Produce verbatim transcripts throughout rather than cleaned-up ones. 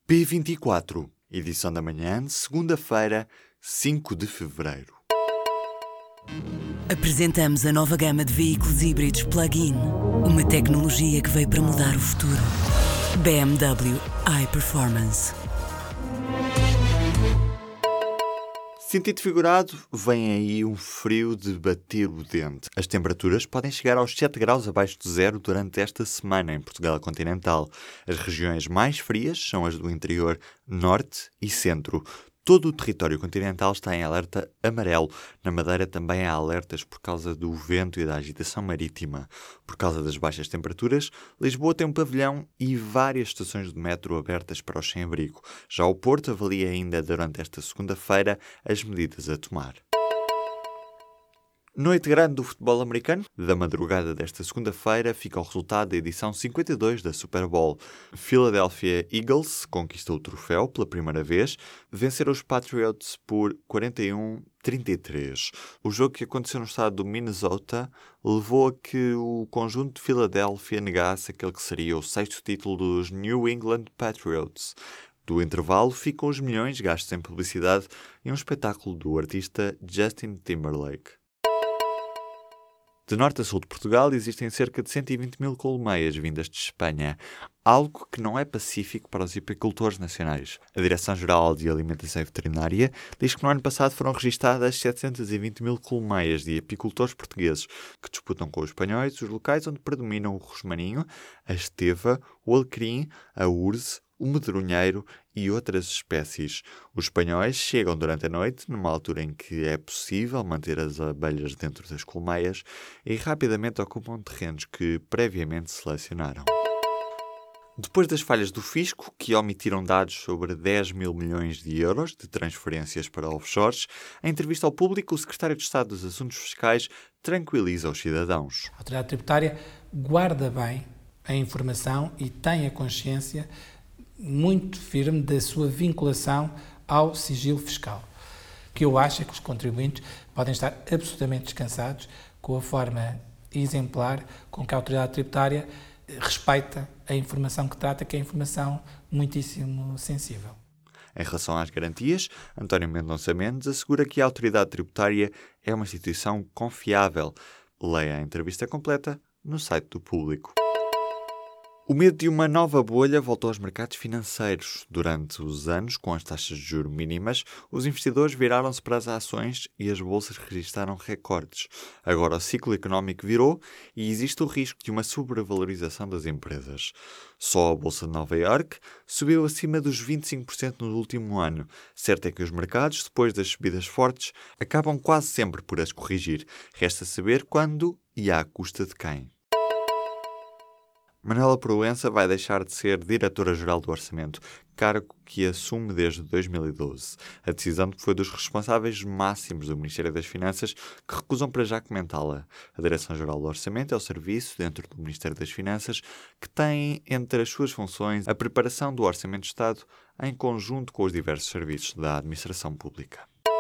P vinte e quatro, edição da manhã de segunda-feira, cinco de fevereiro. Apresentamos a nova gama de veículos híbridos plug-in. Uma tecnologia que veio para mudar o futuro. B M W iPerformance. Sentido figurado, vem aí um frio de bater o dente. As temperaturas podem chegar aos sete graus abaixo de zero durante esta semana em Portugal continental. As regiões mais frias são as do interior norte e centro. Todo o território continental está em alerta amarelo. Na Madeira também há alertas por causa do vento e da agitação marítima. Por causa das baixas temperaturas, Lisboa tem um pavilhão e várias estações de metro abertas para os sem-abrigo. Já o Porto avalia ainda durante esta segunda-feira as medidas a tomar. Noite grande do futebol americano. Da madrugada desta segunda-feira fica o resultado da edição cinquenta e dois da Super Bowl. Philadelphia Eagles conquistou o troféu pela primeira vez, venceram os Patriots por quarenta e um a trinta e três. O jogo que aconteceu no estado do Minnesota levou a que o conjunto de Filadélfia negasse aquele que seria o sexto título dos New England Patriots. Do intervalo ficam os milhões gastos em publicidade e um espetáculo do artista Justin Timberlake. De norte a sul de Portugal existem cerca de cento e vinte mil colmeias vindas de Espanha, algo que não é pacífico para os apicultores nacionais. A Direção-Geral de Alimentação e Veterinária diz que no ano passado foram registadas setecentos e vinte mil colmeias de apicultores portugueses, que disputam com os espanhóis os locais onde predominam o rosmaninho, a esteva, o alecrim, a urze, o medronheiro e outras espécies. Os espanhóis chegam durante a noite, numa altura em que é possível manter as abelhas dentro das colmeias, e rapidamente ocupam terrenos que previamente selecionaram. Depois das falhas do fisco, que omitiram dados sobre dez mil milhões de euros de transferências para offshores, em entrevista ao público, o secretário de Estado dos Assuntos Fiscais tranquiliza os cidadãos. A autoridade tributária guarda bem a informação e tem a consciência muito firme da sua vinculação ao sigilo fiscal, que eu acho é que os contribuintes podem estar absolutamente descansados com a forma exemplar com que a autoridade tributária respeita a informação que trata, que é informação muitíssimo sensível. Em relação às garantias, António Mendonça Mendes assegura que a autoridade tributária é uma instituição confiável. Leia a entrevista completa no site do Público. O medo de uma nova bolha voltou aos mercados financeiros. Durante os anos, com as taxas de juros mínimas, os investidores viraram-se para as ações e as bolsas registaram recordes. Agora o ciclo económico virou e existe o risco de uma sobrevalorização das empresas. Só a Bolsa de Nova Iorque subiu acima dos vinte e cinco por cento no último ano. Certo é que os mercados, depois das subidas fortes, acabam quase sempre por as corrigir. Resta saber quando e à custa de quem. Manuela Proença vai deixar de ser Diretora-Geral do Orçamento, cargo que assume desde dois mil e doze. A decisão foi dos responsáveis máximos do Ministério das Finanças, que recusam para já comentá-la. A Direção-Geral do Orçamento é o serviço, dentro do Ministério das Finanças, que tem entre as suas funções a preparação do Orçamento de Estado em conjunto com os diversos serviços da administração pública.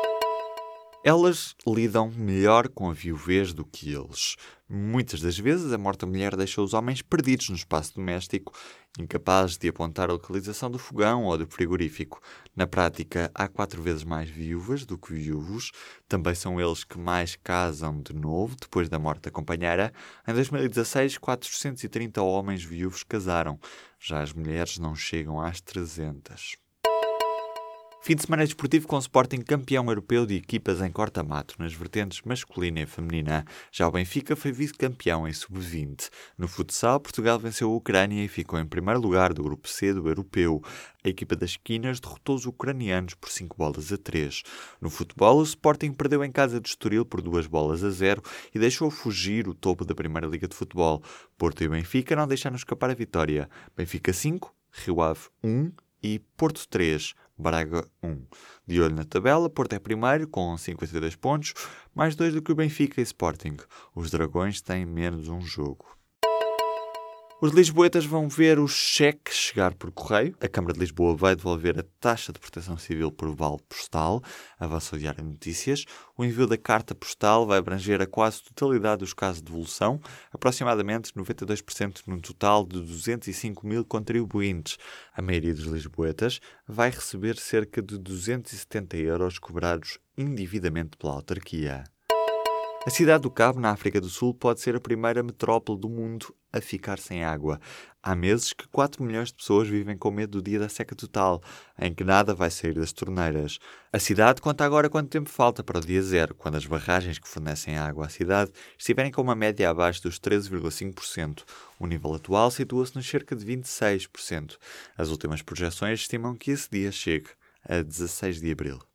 Elas lidam melhor com a viuvez do que eles. Muitas das vezes, a morta mulher deixa os homens perdidos no espaço doméstico, incapazes de apontar a localização do fogão ou do frigorífico. Na prática, há quatro vezes mais viúvas do que viúvos. Também são eles que mais casam de novo, depois da morte da companheira. Em dois mil e dezasseis, quatrocentos e trinta homens viúvos casaram. Já as mulheres não chegam às trezentas. Fim de semana desportivo com o Sporting campeão europeu de equipas em corta-mato nas vertentes masculina e feminina. Já o Benfica foi vice-campeão em sub vinte. No futsal, Portugal venceu a Ucrânia e ficou em primeiro lugar do grupo C do europeu. A equipa das esquinas derrotou os ucranianos por cinco bolas a três. No futebol, o Sporting perdeu em casa de Estoril por duas bolas a zero e deixou fugir o topo da Primeira Liga de Futebol. Porto e Benfica não deixaram escapar a vitória. Benfica cinco, Rio Ave um e Porto três, Braga um. De olho na tabela, Porto é primeiro com cinquenta e dois pontos, mais dois do que o Benfica e Sporting. Os Dragões têm menos um jogo. Os lisboetas vão ver o cheque chegar por correio. A Câmara de Lisboa vai devolver a taxa de proteção civil por vale postal, avança o Diário de Notícias. O envio da carta postal vai abranger a quase totalidade dos casos de devolução, aproximadamente noventa e dois por cento no total de duzentos e cinco mil contribuintes. A maioria dos lisboetas vai receber cerca de duzentos e setenta euros cobrados indevidamente pela autarquia. A cidade do Cabo, na África do Sul, pode ser a primeira metrópole do mundo a ficar sem água. Há meses que quatro milhões de pessoas vivem com medo do dia da seca total, em que nada vai sair das torneiras. A cidade conta agora quanto tempo falta para o dia zero, quando as barragens que fornecem água à cidade estiverem com uma média abaixo dos treze vírgula cinco por cento. O nível atual situa-se nos cerca de vinte e seis por cento. As últimas projeções estimam que esse dia chegue a dezasseis de abril.